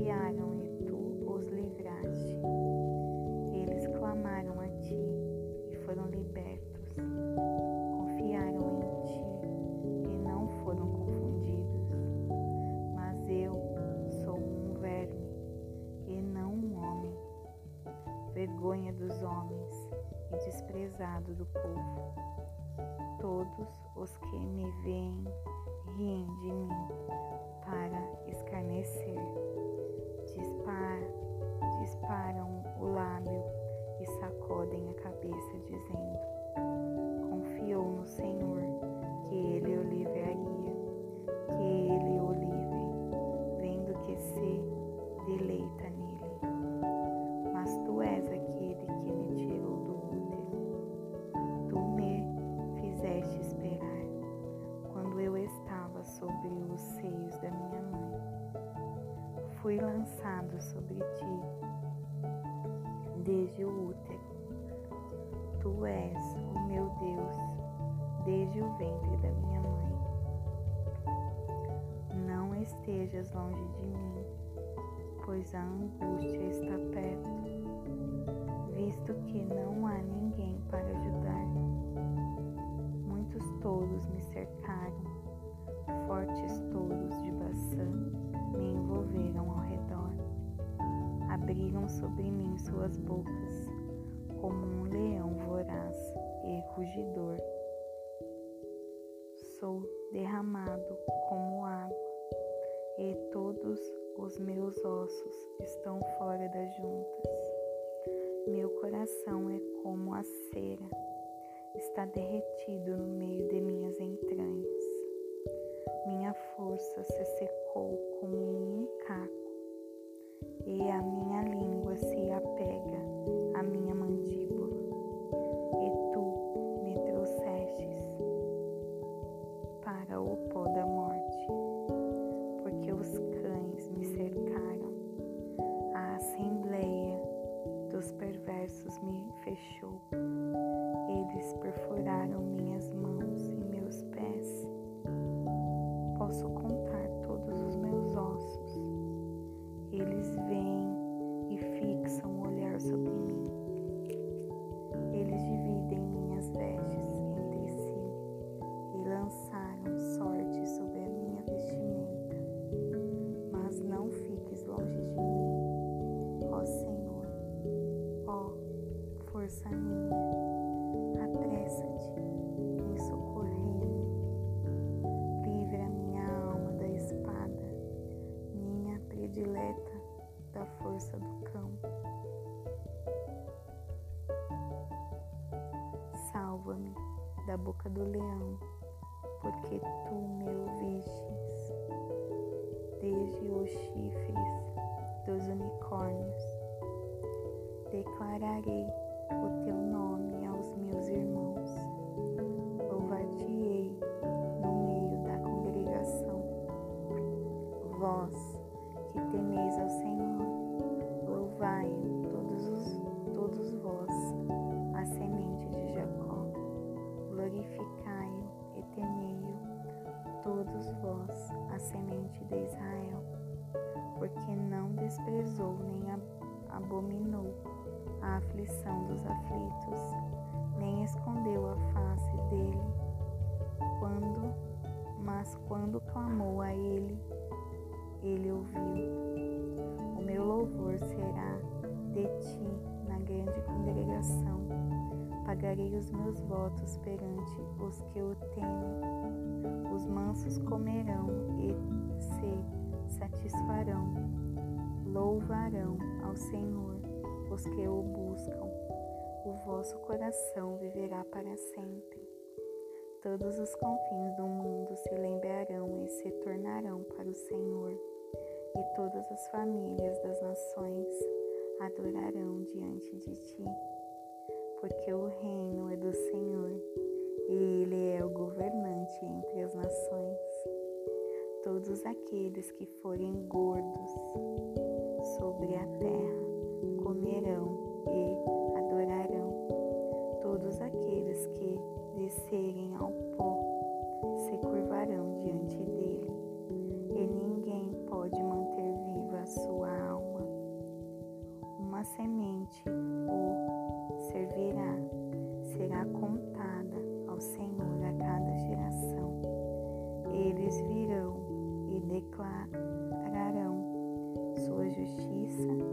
confiaram e tu os livraste. Eles clamaram a ti e foram libertos. Confiaram em ti e não foram confundidos. Mas eu sou um verme e não um homem, vergonha dos homens e desprezado do povo. Todos os que me veem riem de mim para escarnecer. Disparam o lábio e sacodem a cabeça, dizendo: confiou no Senhor, que Ele o livraria, que Ele o livre, vendo que se deleita nele. Mas tu és aquele que me tirou do útero. Tu me fizeste esperar, quando eu estava sobre os seios da minha mãe. Fui lançado sobre ti desde o útero. Tu és o meu Deus desde o ventre da minha mãe. Não estejas longe de mim, pois a angústia está perto, visto que não há ninguém para ajudar. Muitos touros me cercaram, fortes touros de Baçã me envolveram ao redor. Abriram sobre mim suas bocas, como um leão voraz e rugidor. Sou derramado como água, e todos os meus ossos estão fora das juntas. Meu coração é como a cera, está derretido no meio de minhas entranhas. Minha força se secou como um caco, e a minha língua se apega à minha mandíbula. E tu me trouxestes para o pó da morte, porque os cães me cercaram. A assembleia dos perversos me fechou. Eles perfuraram minhas mãos e meus pés. Posso contar todos os meus ossos. Eles vêm e fixam o olhar sobre mim. Eles dividem minhas vestes entre si e lançaram sorte sobre a minha vestimenta. Mas não fiques longe de mim, ó Senhor, ó força minha, apressa-te em socorrer-me. Livra minha alma da espada, minha predileta da força do cão. Salva-me da boca do leão, porque tu me ouvistes. Desde os chifres dos unicórnios declararei o teu nome aos meus irmãos. Louvar-te-ei no meio da congregação. Vós que temeis ao Senhor, louvai-o todos vós, a semente de Jacó. Glorificai-o e temei-o, todos vós, a semente de Israel, porque não desprezou nem abominou a aflição dos aflitos, nem escondeu a face dele. Mas quando clamou a ele, ele ouviu. O meu louvor será de ti na grande congregação. Pagarei os meus votos perante os que o temem. Os mansos comerão e se satisfarão. Louvarão ao Senhor os que o buscam. O vosso coração viverá para sempre. Todos os confins do mundo se lembrarão e se tornarão para o Senhor, e todas as famílias das nações adorarão diante de ti, porque o reino é do Senhor, e Ele é o governante entre as nações. Todos aqueles que forem gordos sobre a terra comerão e adorarão. Todos aqueles que descerem ao pó se curvarão diante dele, e ninguém pode manter viva a sua justiça